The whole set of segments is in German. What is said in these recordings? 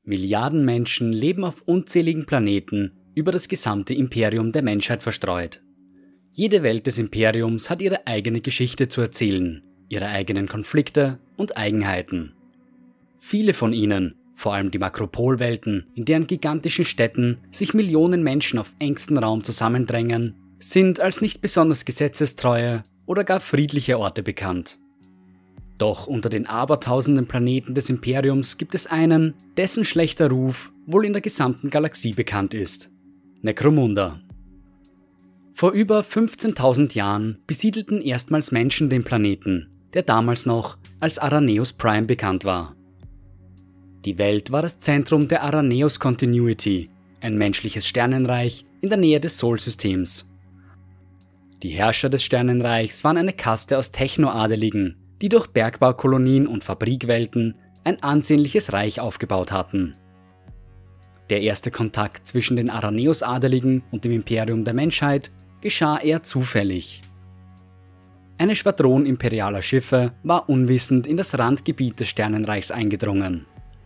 Milliarden Menschen leben auf unzähligen Planeten über das gesamte Imperium der Menschheit verstreut. Jede Welt des Imperiums hat ihre eigene Geschichte zu erzählen, ihre eigenen Konflikte und Eigenheiten. Viele von ihnen, vor allem die Makropolwelten, in deren gigantischen Städten sich Millionen Menschen auf engstem Raum zusammendrängen, sind als nicht besonders gesetzestreue oder gar friedliche Orte bekannt. Doch unter den abertausenden Planeten des Imperiums gibt es einen, dessen schlechter Ruf wohl in der gesamten Galaxie bekannt ist: Necromunda. Vor über 15.000 Jahren besiedelten erstmals Menschen den Planeten, der damals noch als Araneus Prime bekannt war. Die Welt war das Zentrum der Araneus Continuity, ein menschliches Sternenreich in der Nähe des Sol-Systems. Die Herrscher des Sternenreichs waren eine Kaste aus Technoadeligen, die durch Bergbaukolonien und Fabrikwelten ein ansehnliches Reich aufgebaut hatten. Der erste Kontakt zwischen den Araneus-Adeligen und dem Imperium der Menschheit geschah eher zufällig. Eine Schwadron imperialer Schiffe war unwissend in das Randgebiet des Sternenreichs eingedrungen.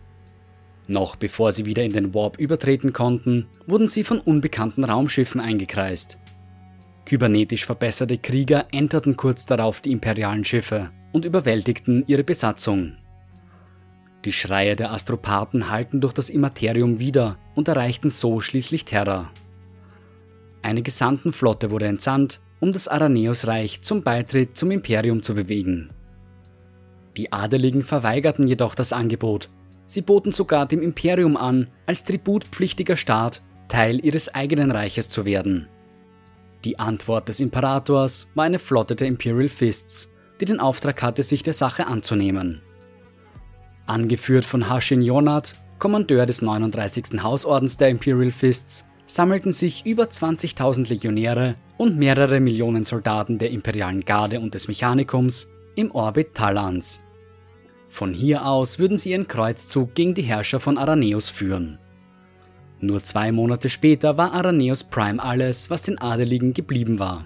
Noch bevor sie wieder in den Warp übertreten konnten, wurden sie von unbekannten Raumschiffen eingekreist. Kybernetisch verbesserte Krieger enterten kurz darauf die imperialen Schiffe und überwältigten ihre Besatzung. Die Schreie der Astropathen hallten durch das Immaterium wider und erreichten so schließlich Terra. Eine Gesandtenflotte wurde entsandt, um das Araneus-Reich zum Beitritt zum Imperium zu bewegen. Die Adeligen verweigerten jedoch das Angebot. Sie boten sogar dem Imperium an, als tributpflichtiger Staat Teil ihres eigenen Reiches zu werden. Die Antwort des Imperators war eine Flotte der Imperial Fists, die den Auftrag hatte, sich der Sache anzunehmen. Angeführt von Hashin Yonat, Kommandeur des 39. Hausordens der Imperial Fists, sammelten sich über 20.000 Legionäre und mehrere Millionen Soldaten der imperialen Garde und des Mechanikums im Orbit Talans. Von hier aus würden sie ihren Kreuzzug gegen die Herrscher von Araneus führen. Nur 2 Monate später war Araneus Prime alles, was den Adeligen geblieben war.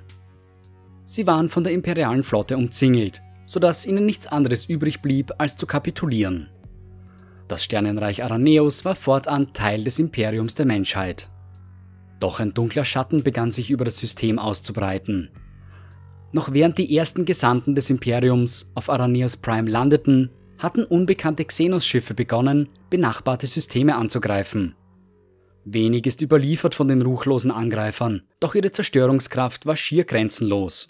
Sie waren von der imperialen Flotte umzingelt, sodass ihnen nichts anderes übrig blieb, als zu kapitulieren. Das Sternenreich Araneus war fortan Teil des Imperiums der Menschheit. Doch ein dunkler Schatten begann sich über das System auszubreiten. Noch während die ersten Gesandten des Imperiums auf Araneus Prime landeten, hatten unbekannte Xenos-Schiffe begonnen, benachbarte Systeme anzugreifen. Wenig ist überliefert von den ruchlosen Angreifern, doch ihre Zerstörungskraft war schier grenzenlos.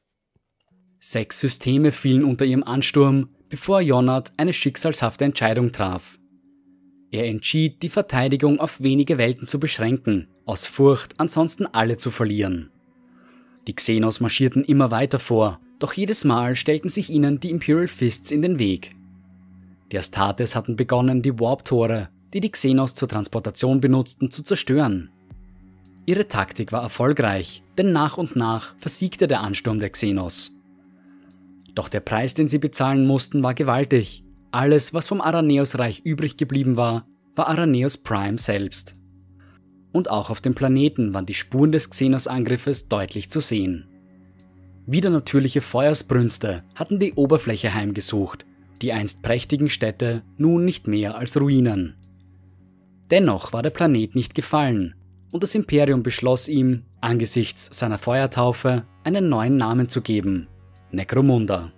6 Systeme fielen unter ihrem Ansturm, bevor Yonat eine schicksalshafte Entscheidung traf. Er entschied, die Verteidigung auf wenige Welten zu beschränken, aus Furcht, ansonsten alle zu verlieren. Die Xenos marschierten immer weiter vor, doch jedes Mal stellten sich ihnen die Imperial Fists in den Weg. Die Astartes hatten begonnen, die Warp-Tore, die die Xenos zur Transportation benutzten, zu zerstören. Ihre Taktik war erfolgreich, denn nach und nach versiegte der Ansturm der Xenos. Doch der Preis, den sie bezahlen mussten, war gewaltig. Alles, was vom Araneus-Reich übrig geblieben war, war Araneus Prime selbst. Und auch auf dem Planeten waren die Spuren des Xenos-Angriffes deutlich zu sehen. Widernatürliche Feuersbrünste hatten die Oberfläche heimgesucht, die einst prächtigen Städte nun nicht mehr als Ruinen. Dennoch war der Planet nicht gefallen, und das Imperium beschloss ihm, angesichts seiner Feuertaufe, einen neuen Namen zu geben: Necromunda.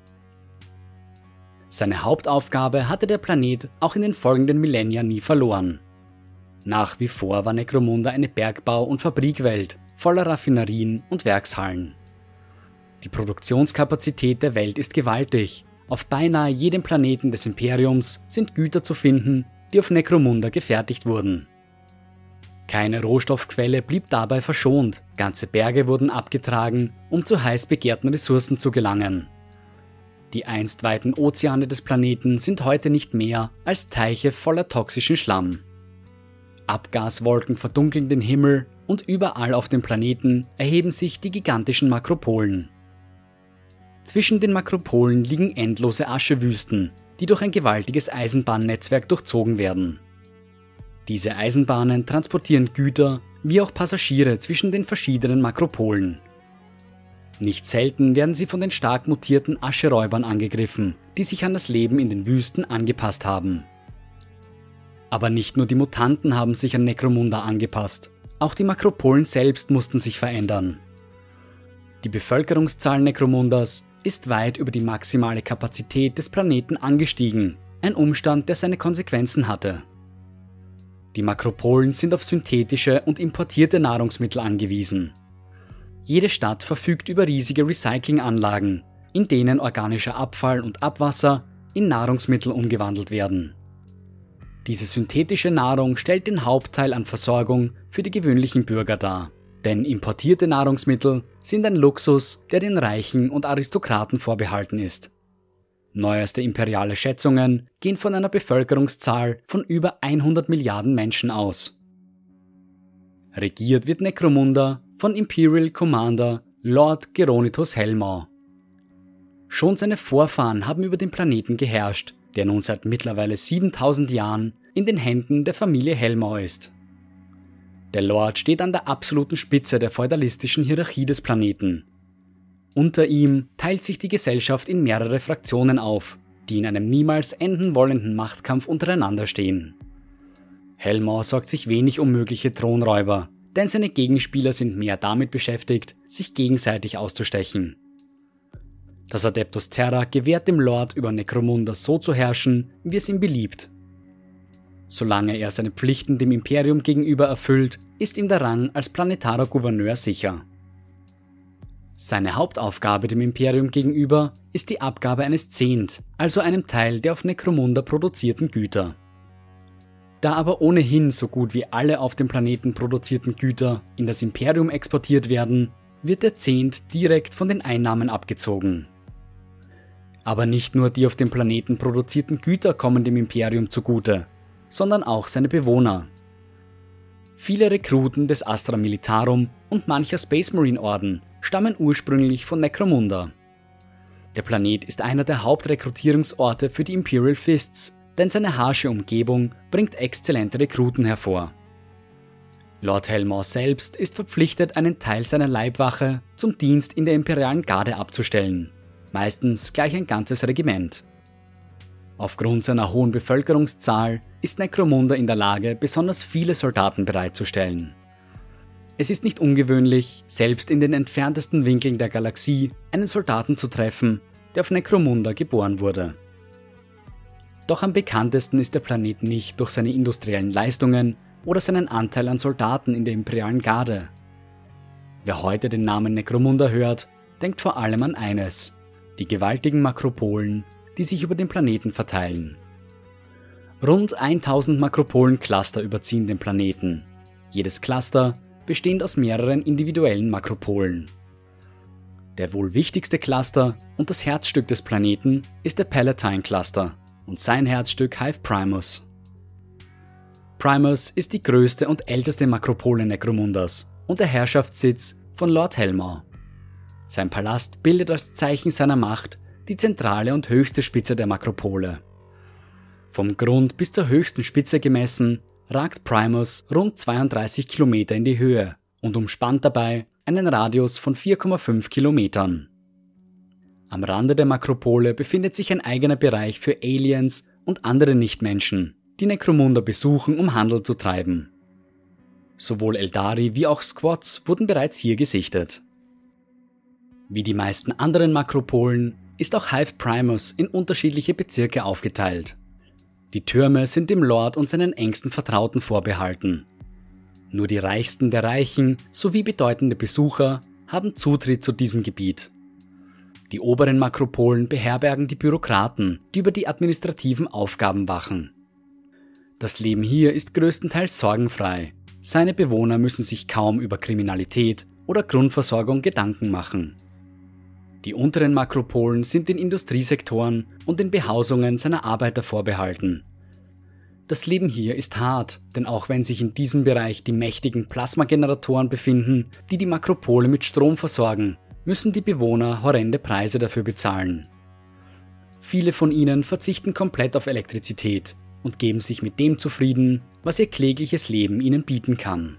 Seine Hauptaufgabe hatte der Planet auch in den folgenden Millennia nie verloren. Nach wie vor war Necromunda eine Bergbau- und Fabrikwelt, voller Raffinerien und Werkshallen. Die Produktionskapazität der Welt ist gewaltig. Auf beinahe jedem Planeten des Imperiums sind Güter zu finden, die auf Necromunda gefertigt wurden. Keine Rohstoffquelle blieb dabei verschont, ganze Berge wurden abgetragen, um zu heiß begehrten Ressourcen zu gelangen. Die einst weiten Ozeane des Planeten sind heute nicht mehr als Teiche voller toxischen Schlamm. Abgaswolken verdunkeln den Himmel und überall auf dem Planeten erheben sich die gigantischen Makropolen. Zwischen den Makropolen liegen endlose Aschewüsten, die durch ein gewaltiges Eisenbahnnetzwerk durchzogen werden. Diese Eisenbahnen transportieren Güter wie auch Passagiere zwischen den verschiedenen Makropolen. Nicht selten werden sie von den stark mutierten Ascheräubern angegriffen, die sich an das Leben in den Wüsten angepasst haben. Aber nicht nur die Mutanten haben sich an Necromunda angepasst, auch die Makropolen selbst mussten sich verändern. Die Bevölkerungszahl Necromundas ist weit über die maximale Kapazität des Planeten angestiegen, ein Umstand, der seine Konsequenzen hatte. Die Makropolen sind auf synthetische und importierte Nahrungsmittel angewiesen. Jede Stadt verfügt über riesige Recyclinganlagen, in denen organischer Abfall und Abwasser in Nahrungsmittel umgewandelt werden. Diese synthetische Nahrung stellt den Hauptteil an Versorgung für die gewöhnlichen Bürger dar, denn importierte Nahrungsmittel sind ein Luxus, der den Reichen und Aristokraten vorbehalten ist. Neueste imperiale Schätzungen gehen von einer Bevölkerungszahl von über 100 Milliarden Menschen aus. Regiert wird Necromunda von Imperial Commander Lord Geronitus Helmaw. Schon seine Vorfahren haben über den Planeten geherrscht, der nun seit mittlerweile 7000 Jahren in den Händen der Familie Helmaw ist. Der Lord steht an der absoluten Spitze der feudalistischen Hierarchie des Planeten. Unter ihm teilt sich die Gesellschaft in mehrere Fraktionen auf, die in einem niemals enden wollenden Machtkampf untereinander stehen. Helmaw sorgt sich wenig um mögliche Thronräuber, denn seine Gegenspieler sind mehr damit beschäftigt, sich gegenseitig auszustechen. Das Adeptus Terra gewährt dem Lord über Necromunda so zu herrschen, wie es ihm beliebt. Solange er seine Pflichten dem Imperium gegenüber erfüllt, ist ihm der Rang als planetarer Gouverneur sicher. Seine Hauptaufgabe dem Imperium gegenüber ist die Abgabe eines Zehnt, also einem Teil der auf Necromunda produzierten Güter. Da aber ohnehin so gut wie alle auf dem Planeten produzierten Güter in das Imperium exportiert werden, wird der Zehnt direkt von den Einnahmen abgezogen. Aber nicht nur die auf dem Planeten produzierten Güter kommen dem Imperium zugute, sondern auch seine Bewohner. Viele Rekruten des Astra Militarum und mancher Space Marine Orden stammen ursprünglich von Necromunda. Der Planet ist einer der Hauptrekrutierungsorte für die Imperial Fists, denn seine harsche Umgebung bringt exzellente Rekruten hervor. Lord Helmaw selbst ist verpflichtet, einen Teil seiner Leibwache zum Dienst in der imperialen Garde abzustellen, meistens gleich ein ganzes Regiment. Aufgrund seiner hohen Bevölkerungszahl ist Necromunda in der Lage, besonders viele Soldaten bereitzustellen. Es ist nicht ungewöhnlich, selbst in den entferntesten Winkeln der Galaxie einen Soldaten zu treffen, der auf Necromunda geboren wurde. Doch am bekanntesten ist der Planet nicht durch seine industriellen Leistungen oder seinen Anteil an Soldaten in der imperialen Garde. Wer heute den Namen Necromunda hört, denkt vor allem an eines: die gewaltigen Makropolen, die sich über den Planeten verteilen. Rund 1000 Makropolen-Cluster überziehen den Planeten. Jedes Cluster bestehend aus mehreren individuellen Makropolen. Der wohl wichtigste Cluster und das Herzstück des Planeten ist der Palatine Cluster und sein Herzstück Hive Primus. Primus ist die größte und älteste Makropole Necromundas und der Herrschaftssitz von Lord Helmaw. Sein Palast bildet als Zeichen seiner Macht die zentrale und höchste Spitze der Makropole. Vom Grund bis zur höchsten Spitze gemessen ragt Primus rund 32 Kilometer in die Höhe und umspannt dabei einen Radius von 4,5 Kilometern. Am Rande der Makropole befindet sich ein eigener Bereich für Aliens und andere Nichtmenschen, die Necromunda besuchen, um Handel zu treiben. Sowohl Eldari wie auch Squads wurden bereits hier gesichtet. Wie die meisten anderen Makropolen ist auch Hive Primus in unterschiedliche Bezirke aufgeteilt. Die Türme sind dem Lord und seinen engsten Vertrauten vorbehalten. Nur die Reichsten der Reichen sowie bedeutende Besucher haben Zutritt zu diesem Gebiet. Die oberen Makropolen beherbergen die Bürokraten, die über die administrativen Aufgaben wachen. Das Leben hier ist größtenteils sorgenfrei. Seine Bewohner müssen sich kaum über Kriminalität oder Grundversorgung Gedanken machen. Die unteren Makropolen sind den Industriesektoren und den Behausungen seiner Arbeiter vorbehalten. Das Leben hier ist hart, denn auch wenn sich in diesem Bereich die mächtigen Plasmageneratoren befinden, die die Makropole mit Strom versorgen, müssen die Bewohner horrende Preise dafür bezahlen. Viele von ihnen verzichten komplett auf Elektrizität und geben sich mit dem zufrieden, was ihr klägliches Leben ihnen bieten kann.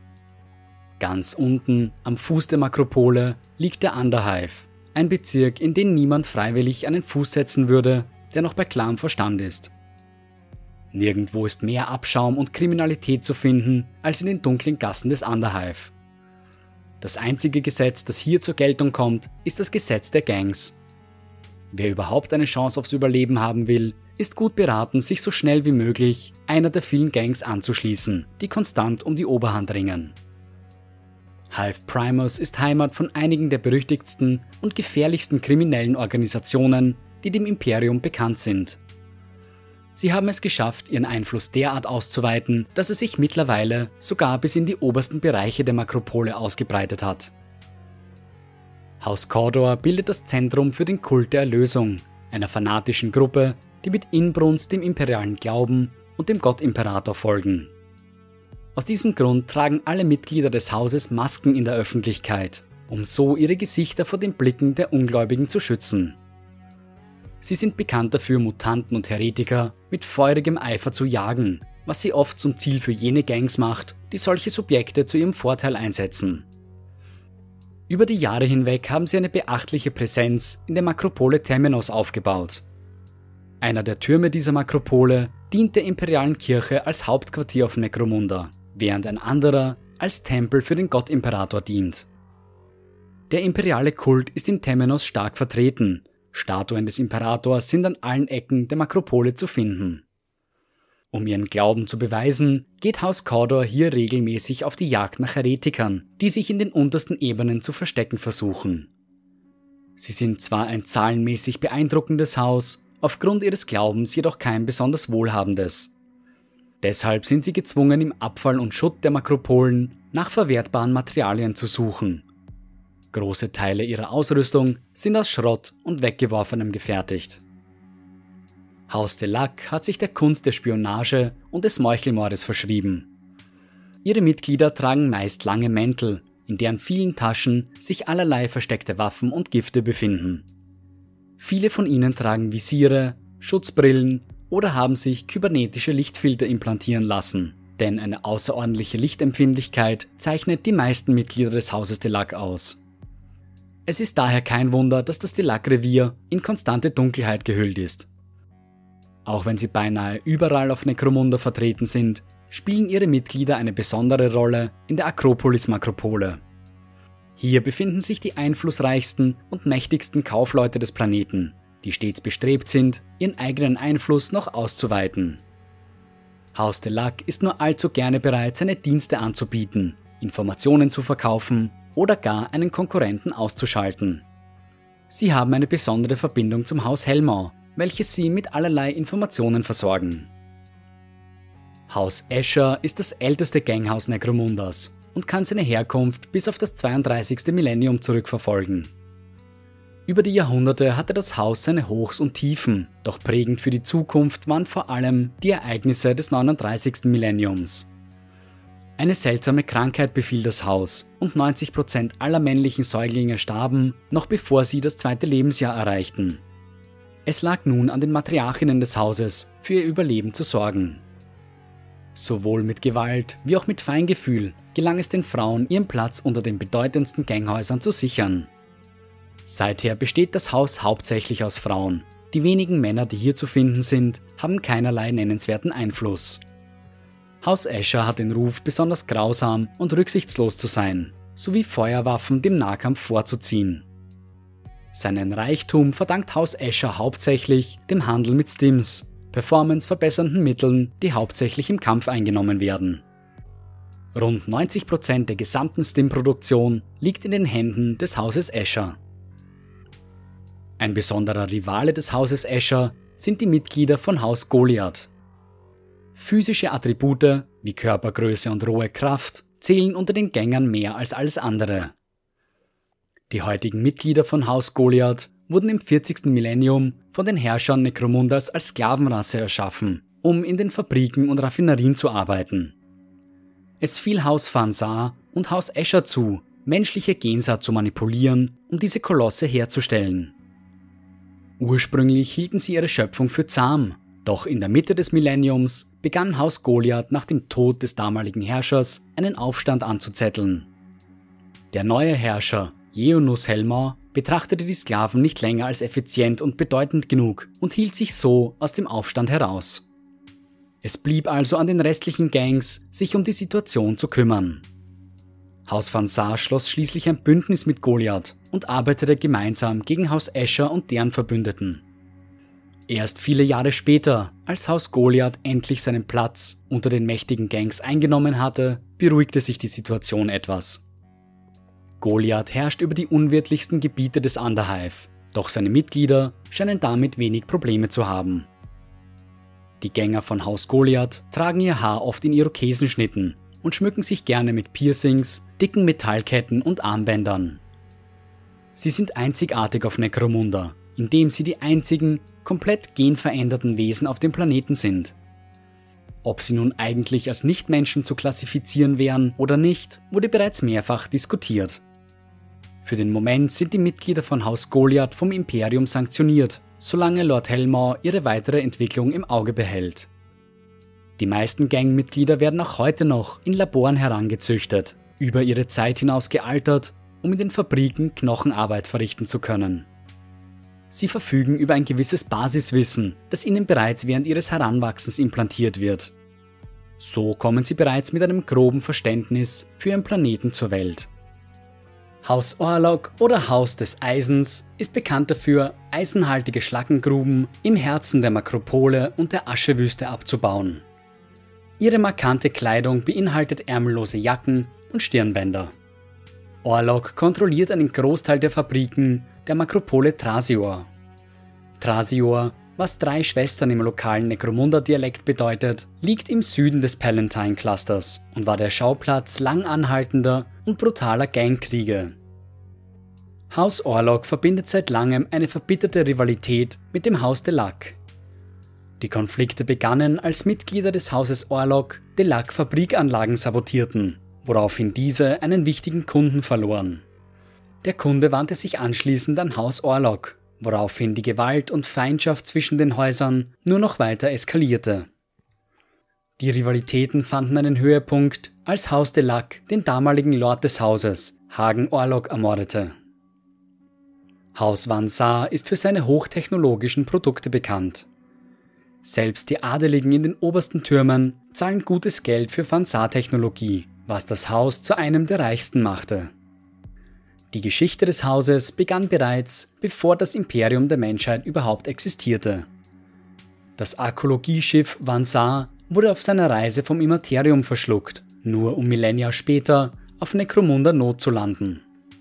Ganz unten, am Fuß der Makropole, liegt der Underhive, ein Bezirk, in den niemand freiwillig einen Fuß setzen würde, der noch bei klarem Verstand ist. Nirgendwo ist mehr Abschaum und Kriminalität zu finden als in den dunklen Gassen des Underhive. Das einzige Gesetz, das hier zur Geltung kommt, ist das Gesetz der Gangs. Wer überhaupt eine Chance aufs Überleben haben will, ist gut beraten, sich so schnell wie möglich einer der vielen Gangs anzuschließen, die konstant um die Oberhand ringen. Hive Primus ist Heimat von einigen der berüchtigsten und gefährlichsten kriminellen Organisationen, die dem Imperium bekannt sind. Sie haben es geschafft, ihren Einfluss derart auszuweiten, dass er sich mittlerweile sogar bis in die obersten Bereiche der Makropole ausgebreitet hat. Haus Cawdor bildet das Zentrum für den Kult der Erlösung, einer fanatischen Gruppe, die mit Inbrunst dem imperialen Glauben und dem Gott-Imperator folgen. Aus diesem Grund tragen alle Mitglieder des Hauses Masken in der Öffentlichkeit, um so ihre Gesichter vor den Blicken der Ungläubigen zu schützen. Sie sind bekannt dafür, Mutanten und Heretiker mit feurigem Eifer zu jagen, was sie oft zum Ziel für jene Gangs macht, die solche Subjekte zu ihrem Vorteil einsetzen. Über die Jahre hinweg haben sie eine beachtliche Präsenz in der Makropole Temenos aufgebaut. Einer der Türme dieser Makropole dient der imperialen Kirche als Hauptquartier auf Necromunda, während ein anderer als Tempel für den Gott-Imperator dient. Der imperiale Kult ist in Temenos stark vertreten. Statuen des Imperators sind an allen Ecken der Makropole zu finden. Um ihren Glauben zu beweisen, geht Haus Cawdor hier regelmäßig auf die Jagd nach Heretikern, die sich in den untersten Ebenen zu verstecken versuchen. Sie sind zwar ein zahlenmäßig beeindruckendes Haus, aufgrund ihres Glaubens jedoch kein besonders wohlhabendes. Deshalb sind sie gezwungen, im Abfall und Schutt der Makropolen nach verwertbaren Materialien zu suchen. Große Teile ihrer Ausrüstung sind aus Schrott und Weggeworfenem gefertigt. Haus Delaque hat sich der Kunst der Spionage und des Meuchelmordes verschrieben. Ihre Mitglieder tragen meist lange Mäntel, in deren vielen Taschen sich allerlei versteckte Waffen und Gifte befinden. Viele von ihnen tragen Visiere, Schutzbrillen oder haben sich kybernetische Lichtfilter implantieren lassen, denn eine außerordentliche Lichtempfindlichkeit zeichnet die meisten Mitglieder des Hauses Delaque aus. Es ist daher kein Wunder, dass das Delaque-Revier in konstante Dunkelheit gehüllt ist. Auch wenn sie beinahe überall auf Necromunda vertreten sind, spielen ihre Mitglieder eine besondere Rolle in der Akropolis-Makropole. Hier befinden sich die einflussreichsten und mächtigsten Kaufleute des Planeten, die stets bestrebt sind, ihren eigenen Einfluss noch auszuweiten. Haus Delaque ist nur allzu gerne bereit, seine Dienste anzubieten, Informationen zu verkaufen oder gar einen Konkurrenten auszuschalten. Sie haben eine besondere Verbindung zum Haus Helmau, welches sie mit allerlei Informationen versorgen. Haus Escher ist das älteste Ganghaus Necromundas und kann seine Herkunft bis auf das 32. Millennium zurückverfolgen. Über die Jahrhunderte hatte das Haus seine Hochs und Tiefen, doch prägend für die Zukunft waren vor allem die Ereignisse des 39. Millenniums. Eine seltsame Krankheit befiel das Haus und 90% aller männlichen Säuglinge starben, noch bevor sie das 2. Lebensjahr erreichten. Es lag nun an den Matriarchinnen des Hauses, für ihr Überleben zu sorgen. Sowohl mit Gewalt wie auch mit Feingefühl gelang es den Frauen, ihren Platz unter den bedeutendsten Ganghäusern zu sichern. Seither besteht das Haus hauptsächlich aus Frauen. Die wenigen Männer, die hier zu finden sind, haben keinerlei nennenswerten Einfluss. Haus Escher hat den Ruf, besonders grausam und rücksichtslos zu sein, sowie Feuerwaffen dem Nahkampf vorzuziehen. Seinen Reichtum verdankt Haus Escher hauptsächlich dem Handel mit Stims, performanceverbessernden Mitteln, die hauptsächlich im Kampf eingenommen werden. Rund 90% der gesamten Stimproduktion liegt in den Händen des Hauses Escher. Ein besonderer Rivale des Hauses Escher sind die Mitglieder von Haus Goliath. Physische Attribute wie Körpergröße und rohe Kraft zählen unter den Gängern mehr als alles andere. Die heutigen Mitglieder von Haus Goliath wurden im 40. Millennium von den Herrschern Necromundas als Sklavenrasse erschaffen, um in den Fabriken und Raffinerien zu arbeiten. Es fiel Haus Fansar und Haus Escher zu, menschliche Gensaat zu manipulieren, um diese Kolosse herzustellen. Ursprünglich hielten sie ihre Schöpfung für zahm, doch in der Mitte des Millenniums begann Haus Goliath nach dem Tod des damaligen Herrschers einen Aufstand anzuzetteln. Der neue Herrscher, Jeunus Helmau, betrachtete die Sklaven nicht länger als effizient und bedeutend genug und hielt sich so aus dem Aufstand heraus. Es blieb also an den restlichen Gangs, sich um die Situation zu kümmern. Haus Van Saar schloss schließlich ein Bündnis mit Goliath und arbeitete gemeinsam gegen Haus Escher und deren Verbündeten. Erst viele Jahre später, als Haus Goliath endlich seinen Platz unter den mächtigen Gangs eingenommen hatte, beruhigte sich die Situation etwas. Goliath herrscht über die unwirtlichsten Gebiete des Underhive, doch seine Mitglieder scheinen damit wenig Probleme zu haben. Die Gänger von Haus Goliath tragen ihr Haar oft in Irokesenschnitten und schmücken sich gerne mit Piercings, dicken Metallketten und Armbändern. Sie sind einzigartig auf Necromunda, indem sie die einzigen, komplett genveränderten Wesen auf dem Planeten sind. Ob sie nun eigentlich als Nichtmenschen zu klassifizieren wären oder nicht, wurde bereits mehrfach diskutiert. Für den Moment sind die Mitglieder von Haus Goliath vom Imperium sanktioniert, solange Lord Hellmaw ihre weitere Entwicklung im Auge behält. Die meisten Gangmitglieder werden auch heute noch in Laboren herangezüchtet, über ihre Zeit hinaus gealtert, um in den Fabriken Knochenarbeit verrichten zu können. Sie verfügen über ein gewisses Basiswissen, das ihnen bereits während ihres Heranwachsens implantiert wird. So kommen sie bereits mit einem groben Verständnis für ihren Planeten zur Welt. Haus Orlok oder Haus des Eisens ist bekannt dafür, eisenhaltige Schlackengruben im Herzen der Makropole und der Aschewüste abzubauen. Ihre markante Kleidung beinhaltet ärmellose Jacken und Stirnbänder. Orlok kontrolliert einen Großteil der Fabriken der Makropole Trasior. Trasior, was 3 Schwestern im lokalen Necromunda-Dialekt bedeutet, liegt im Süden des Palatine-Clusters und war der Schauplatz lang anhaltender und brutaler Gangkriege. Haus Orlok verbindet seit langem eine verbitterte Rivalität mit dem Haus Delac. Die Konflikte begannen, als Mitglieder des Hauses Orlok Delac Fabrikanlagen sabotierten, woraufhin diese einen wichtigen Kunden verloren. Der Kunde wandte sich anschließend an Haus Orlok, woraufhin die Gewalt und Feindschaft zwischen den Häusern nur noch weiter eskalierte. Die Rivalitäten fanden einen Höhepunkt, als Haus Delac den damaligen Lord des Hauses, Hagen Orlok, ermordete. Haus Van Saar ist für seine hochtechnologischen Produkte bekannt. Selbst die Adeligen in den obersten Türmen zahlen gutes Geld für Van Saar-Technologie, was das Haus zu einem der reichsten machte. Die Geschichte des Hauses begann bereits, bevor das Imperium der Menschheit überhaupt existierte. Das Archäologieschiff Van Saar wurde auf seiner Reise vom Immaterium verschluckt, nur um Millennia später auf Necromunda Nod zu landen.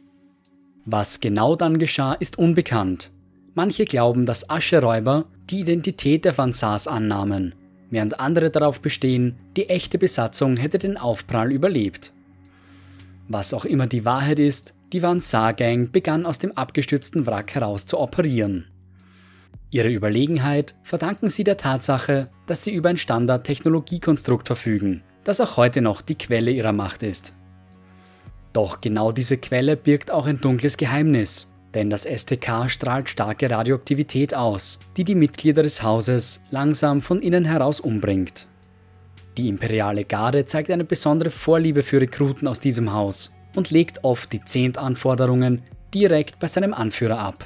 Was genau dann geschah, ist unbekannt. Manche glauben, dass Ascheräuber die Identität der Van Saars annahmen, während andere darauf bestehen, die echte Besatzung hätte den Aufprall überlebt. Was auch immer die Wahrheit ist, die Van Saar Gang begann aus dem abgestürzten Wrack heraus zu operieren. Ihre Überlegenheit verdanken sie der Tatsache, dass sie über ein Standard-Technologiekonstrukt verfügen, das auch heute noch die Quelle ihrer Macht ist. Doch genau diese Quelle birgt auch ein dunkles Geheimnis, denn das STK strahlt starke Radioaktivität aus, die die Mitglieder des Hauses langsam von innen heraus umbringt. Die imperiale Garde zeigt eine besondere Vorliebe für Rekruten aus diesem Haus und legt oft die Zehntanforderungen direkt bei seinem Anführer ab.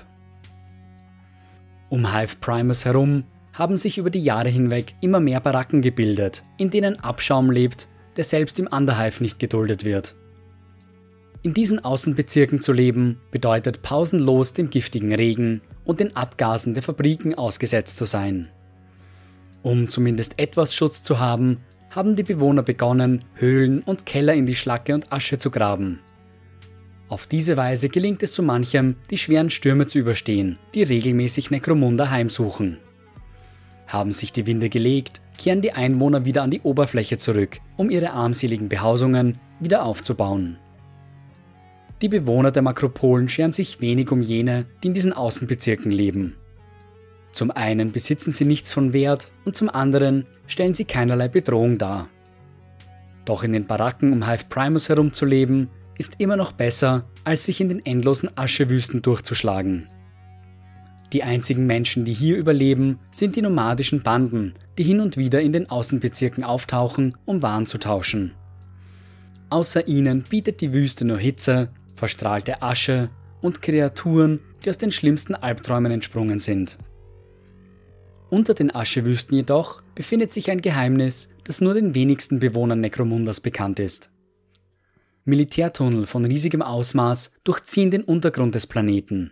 Um Hive Primus herum haben sich über die Jahre hinweg immer mehr Baracken gebildet, in denen Abschaum lebt, der selbst im Underhive nicht geduldet wird. In diesen Außenbezirken zu leben, bedeutet pausenlos dem giftigen Regen und den Abgasen der Fabriken ausgesetzt zu sein. Um zumindest etwas Schutz zu haben, haben die Bewohner begonnen, Höhlen und Keller in die Schlacke und Asche zu graben. Auf diese Weise gelingt es so manchem, die schweren Stürme zu überstehen, die regelmäßig Necromunda heimsuchen. Haben sich die Winde gelegt, kehren die Einwohner wieder an die Oberfläche zurück, um ihre armseligen Behausungen wieder aufzubauen. Die Bewohner der Makropolen scheren sich wenig um jene, die in diesen Außenbezirken leben. Zum einen besitzen sie nichts von Wert und zum anderen stellen sie keinerlei Bedrohung dar. Doch in den Baracken um Hive Primus herumzuleben, ist immer noch besser, als sich in den endlosen Aschewüsten durchzuschlagen. Die einzigen Menschen, die hier überleben, sind die nomadischen Banden, die hin und wieder in den Außenbezirken auftauchen, um Waren zu tauschen. Außer ihnen bietet die Wüste nur Hitze, verstrahlte Asche und Kreaturen, die aus den schlimmsten Albträumen entsprungen sind. Unter den Aschewüsten jedoch befindet sich ein Geheimnis, das nur den wenigsten Bewohnern Necromundas bekannt ist. Militärtunnel von riesigem Ausmaß durchziehen den Untergrund des Planeten.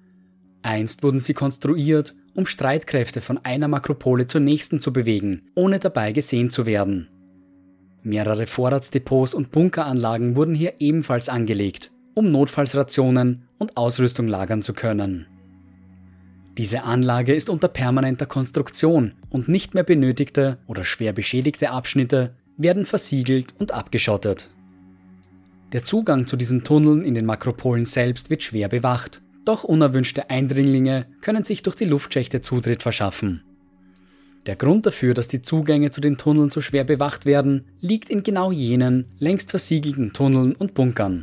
Einst wurden sie konstruiert, um Streitkräfte von einer Makropole zur nächsten zu bewegen, ohne dabei gesehen zu werden. Mehrere Vorratsdepots und Bunkeranlagen wurden hier ebenfalls angelegt, um Notfallsrationen und Ausrüstung lagern zu können. Diese Anlage ist unter permanenter Konstruktion und nicht mehr benötigte oder schwer beschädigte Abschnitte werden versiegelt und abgeschottet. Der Zugang zu diesen Tunneln in den Makropolen selbst wird schwer bewacht, doch unerwünschte Eindringlinge können sich durch die Luftschächte Zutritt verschaffen. Der Grund dafür, dass die Zugänge zu den Tunneln so schwer bewacht werden, liegt in genau jenen, längst versiegelten Tunneln und Bunkern.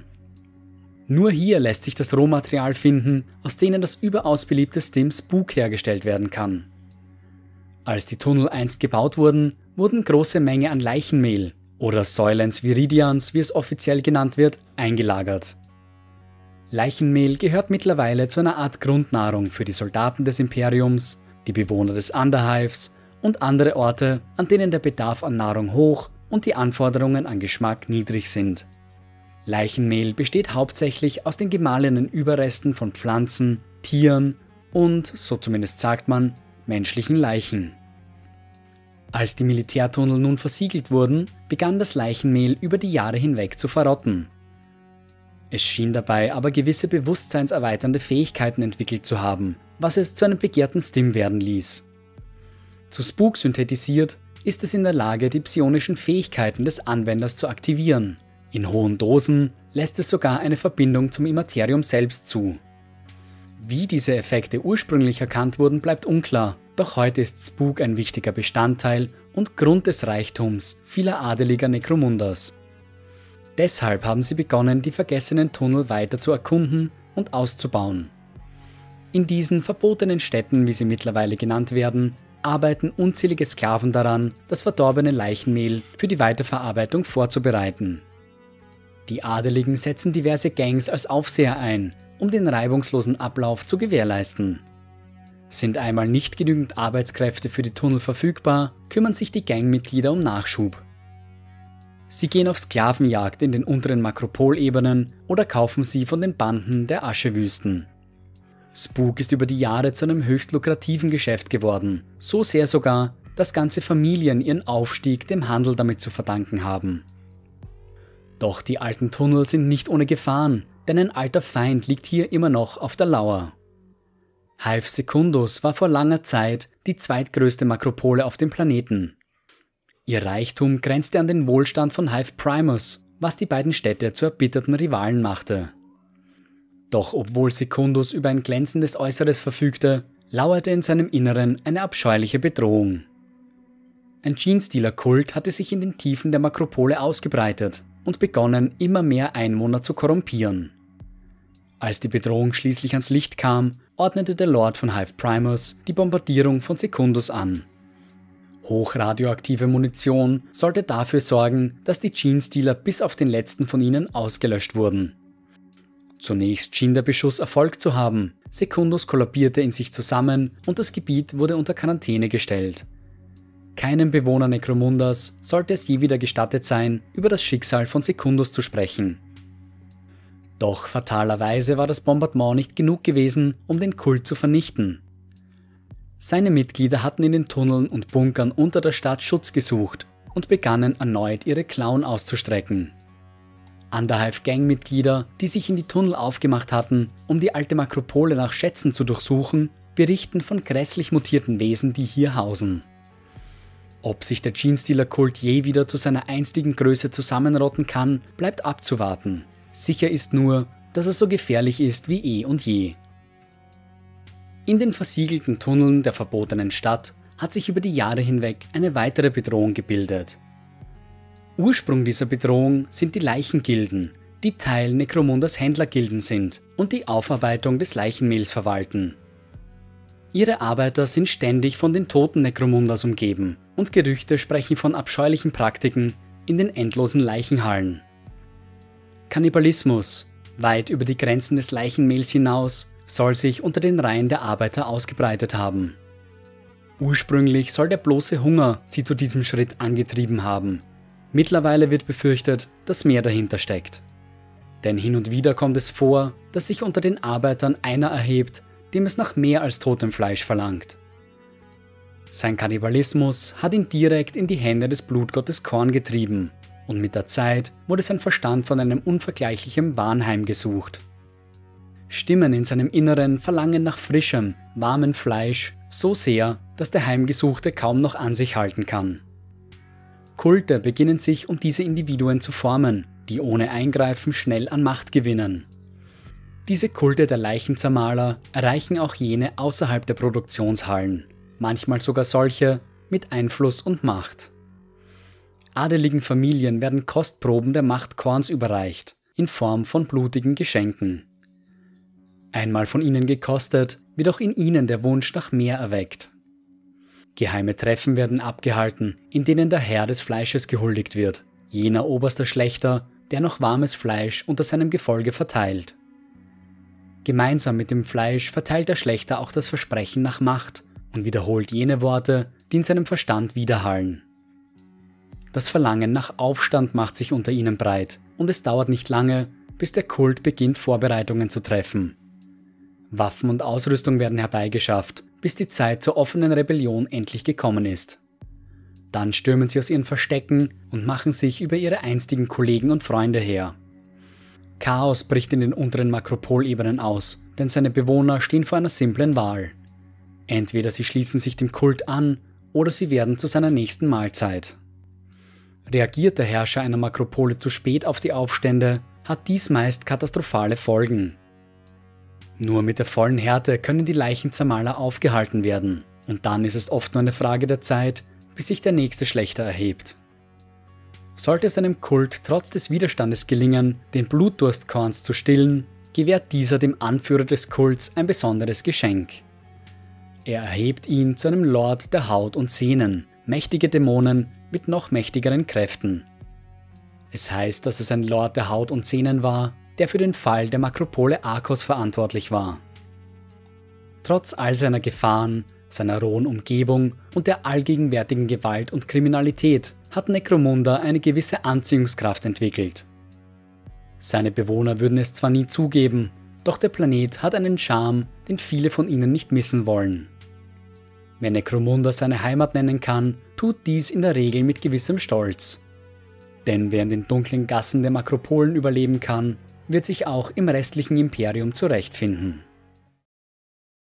Nur hier lässt sich das Rohmaterial finden, aus denen das überaus beliebte Stim Spook hergestellt werden kann. Als die Tunnel einst gebaut wurden große Mengen an Leichenmehl, oder Soylens Viridians, wie es offiziell genannt wird, eingelagert. Leichenmehl gehört mittlerweile zu einer Art Grundnahrung für die Soldaten des Imperiums, die Bewohner des Underhives und andere Orte, an denen der Bedarf an Nahrung hoch und die Anforderungen an Geschmack niedrig sind. Leichenmehl besteht hauptsächlich aus den gemahlenen Überresten von Pflanzen, Tieren und, so zumindest sagt man, menschlichen Leichen. Als die Militärtunnel nun versiegelt wurden, begann das Leichenmehl über die Jahre hinweg zu verrotten. Es schien dabei aber gewisse bewusstseinserweiternde Fähigkeiten entwickelt zu haben, was es zu einem begehrten Stim werden ließ. Zu Spook synthetisiert, ist es in der Lage, die psionischen Fähigkeiten des Anwenders zu aktivieren. In hohen Dosen lässt es sogar eine Verbindung zum Immaterium selbst zu. Wie diese Effekte ursprünglich erkannt wurden, bleibt unklar, doch heute ist Spook ein wichtiger Bestandteil und Grund des Reichtums vieler adeliger Necromundas. Deshalb haben sie begonnen, die vergessenen Tunnel weiter zu erkunden und auszubauen. In diesen verbotenen Städten, wie sie mittlerweile genannt werden, arbeiten unzählige Sklaven daran, das verdorbene Leichenmehl für die Weiterverarbeitung vorzubereiten. Die Adeligen setzen diverse Gangs als Aufseher ein, um den reibungslosen Ablauf zu gewährleisten. Sind einmal nicht genügend Arbeitskräfte für die Tunnel verfügbar, kümmern sich die Gangmitglieder um Nachschub. Sie gehen auf Sklavenjagd in den unteren Makropolebenen oder kaufen sie von den Banden der Aschewüsten. Spook ist über die Jahre zu einem höchst lukrativen Geschäft geworden, so sehr sogar, dass ganze Familien ihren Aufstieg dem Handel damit zu verdanken haben. Doch die alten Tunnel sind nicht ohne Gefahren, denn ein alter Feind liegt hier immer noch auf der Lauer. Hive Secundus war vor langer Zeit die zweitgrößte Makropole auf dem Planeten. Ihr Reichtum grenzte an den Wohlstand von Hive Primus, was die beiden Städte zu erbitterten Rivalen machte. Doch obwohl Secundus über ein glänzendes Äußeres verfügte, lauerte in seinem Inneren eine abscheuliche Bedrohung. Ein Genestealer-Kult hatte sich in den Tiefen der Makropole ausgebreitet und begonnen, immer mehr Einwohner zu korrumpieren. Als die Bedrohung schließlich ans Licht kam, ordnete der Lord von Hive Primus die Bombardierung von Secundus an. Hochradioaktive Munition sollte dafür sorgen, dass die Genestealer bis auf den letzten von ihnen ausgelöscht wurden. Zunächst schien der Beschuss erfolgt zu haben, Secundus kollabierte in sich zusammen und das Gebiet wurde unter Quarantäne gestellt. Keinem Bewohner Necromundas sollte es je wieder gestattet sein, über das Schicksal von Secundus zu sprechen. Doch fatalerweise war das Bombardement nicht genug gewesen, um den Kult zu vernichten. Seine Mitglieder hatten in den Tunneln und Bunkern unter der Stadt Schutz gesucht und begannen erneut ihre Klauen auszustrecken. Underhive-Gang-Mitglieder, die sich in die Tunnel aufgemacht hatten, um die alte Makropole nach Schätzen zu durchsuchen, berichten von grässlich mutierten Wesen, die hier hausen. Ob sich der Genestealer-Kult je wieder zu seiner einstigen Größe zusammenrotten kann, bleibt abzuwarten. Sicher ist nur, dass er so gefährlich ist wie eh und je. In den versiegelten Tunneln der verbotenen Stadt hat sich über die Jahre hinweg eine weitere Bedrohung gebildet. Ursprung dieser Bedrohung sind die Leichengilden, die Teil Necromundas Händlergilden sind und die Aufarbeitung des Leichenmehls verwalten. Ihre Arbeiter sind ständig von den toten Necromundas umgeben und Gerüchte sprechen von abscheulichen Praktiken in den endlosen Leichenhallen. Kannibalismus, weit über die Grenzen des Leichenmehls hinaus, soll sich unter den Reihen der Arbeiter ausgebreitet haben. Ursprünglich soll der bloße Hunger sie zu diesem Schritt angetrieben haben. Mittlerweile wird befürchtet, dass mehr dahinter steckt. Denn hin und wieder kommt es vor, dass sich unter den Arbeitern einer erhebt, dem es nach mehr als totem Fleisch verlangt. Sein Kannibalismus hat ihn direkt in die Hände des Blutgottes Khorne getrieben und mit der Zeit wurde sein Verstand von einem unvergleichlichen Wahn heimgesucht. Stimmen in seinem Inneren verlangen nach frischem, warmem Fleisch so sehr, dass der Heimgesuchte kaum noch an sich halten kann. Kulte beginnen sich um diese Individuen zu formen, die ohne Eingreifen schnell an Macht gewinnen. Diese Kulte der Leichenzermaler erreichen auch jene außerhalb der Produktionshallen, manchmal sogar solche mit Einfluss und Macht. Adeligen Familien werden Kostproben der Macht Khornes überreicht, in Form von blutigen Geschenken. Einmal von ihnen gekostet, wird auch in ihnen der Wunsch nach mehr erweckt. Geheime Treffen werden abgehalten, in denen der Herr des Fleisches gehuldigt wird, jener oberste Schlächter, der noch warmes Fleisch unter seinem Gefolge verteilt. Gemeinsam mit dem Fleisch verteilt der Schlächter auch das Versprechen nach Macht und wiederholt jene Worte, die in seinem Verstand widerhallen. Das Verlangen nach Aufstand macht sich unter ihnen breit und es dauert nicht lange, bis der Kult beginnt, Vorbereitungen zu treffen. Waffen und Ausrüstung werden herbeigeschafft, bis die Zeit zur offenen Rebellion endlich gekommen ist. Dann stürmen sie aus ihren Verstecken und machen sich über ihre einstigen Kollegen und Freunde her. Chaos bricht in den unteren Makropolebenen aus, denn seine Bewohner stehen vor einer simplen Wahl. Entweder sie schließen sich dem Kult an, oder sie werden zu seiner nächsten Mahlzeit. Reagiert der Herrscher einer Makropole zu spät auf die Aufstände, hat dies meist katastrophale Folgen. Nur mit der vollen Härte können die Leichenzermaler aufgehalten werden, und dann ist es oft nur eine Frage der Zeit, bis sich der nächste Schlächter erhebt. Sollte es einem Kult trotz des Widerstandes gelingen, den Blutdurst Khornes zu stillen, gewährt dieser dem Anführer des Kults ein besonderes Geschenk. Er erhebt ihn zu einem Lord der Haut und Sehnen, mächtige Dämonen mit noch mächtigeren Kräften. Es heißt, dass es ein Lord der Haut und Sehnen war, der für den Fall der Makropole Arcos verantwortlich war. Trotz all seiner Gefahren, seiner rohen Umgebung und der allgegenwärtigen Gewalt und Kriminalität hat Necromunda eine gewisse Anziehungskraft entwickelt. Seine Bewohner würden es zwar nie zugeben, doch der Planet hat einen Charme, den viele von ihnen nicht missen wollen. Wer Necromunda seine Heimat nennen kann, tut dies in der Regel mit gewissem Stolz. Denn wer in den dunklen Gassen der Makropolen überleben kann, wird sich auch im restlichen Imperium zurechtfinden.